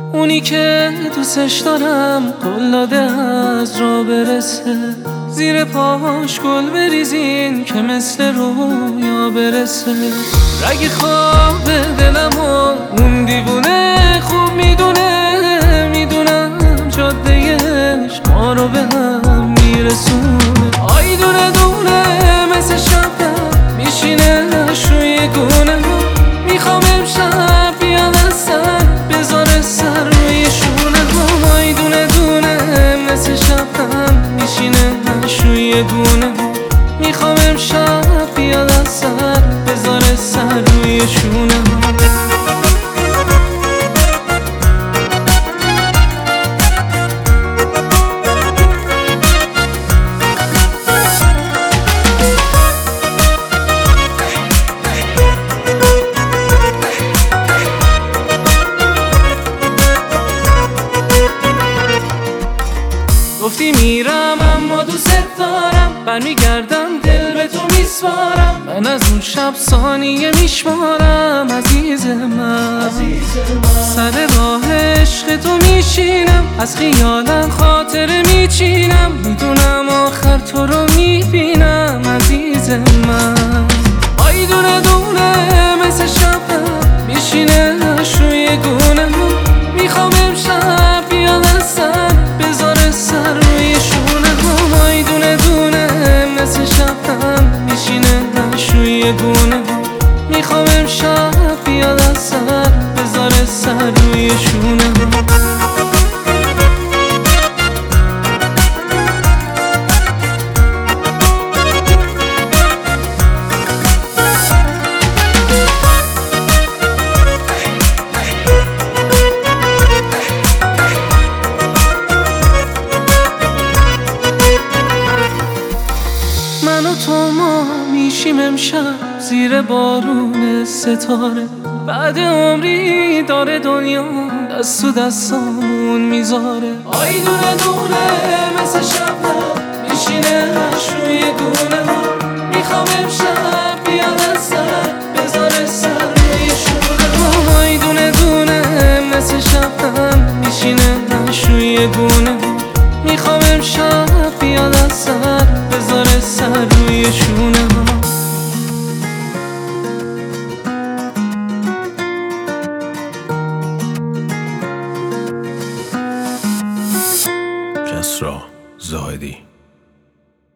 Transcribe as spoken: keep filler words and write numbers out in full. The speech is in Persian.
اونی که دوستش دارم قول داده از راه برسه، زیر پاش گل بریزین که مثل رویا برسه. رگ خواب دلمو اون دیوونه خوب میدونه، میدونم جادهش ما رو به هم میرسونه. آی دونه دونه مثل شبنم میشینه روی گونه، میخوام امشب بیاد از سر بذاره سر روی شونه. آی دونه دونه مثل شبنم میشینه روی گونه، میخوام امشب بیاد از سر بذاره سر روی شونه. گفتی میرم اما دوست دارم، برمیگردم دل به تو میسپارم. من از اون شب ثانیه میشمارم عزیز من، سر راه عشق تو میشینم، از خیالم خاطره میچینم، میدونم آخر تو رو میبینم عزیز من. آی دونه دونه مثل شبنم میشینه روی گونه، میخوام امشب بیاد از سر بذاره سر روی شونه. آی دونه دونه مثل شبنم میشینه روی گونه، میخوام امشب بیاد از سر بذاره سر روی شونه. من و تو ما میشیم امشب زیر بارون ستاره، بعد عمری داره دنیا دست تو دستامون میذاره. آی دونه دونه مثل شبنم میشینه روی گونه، میخوام امشب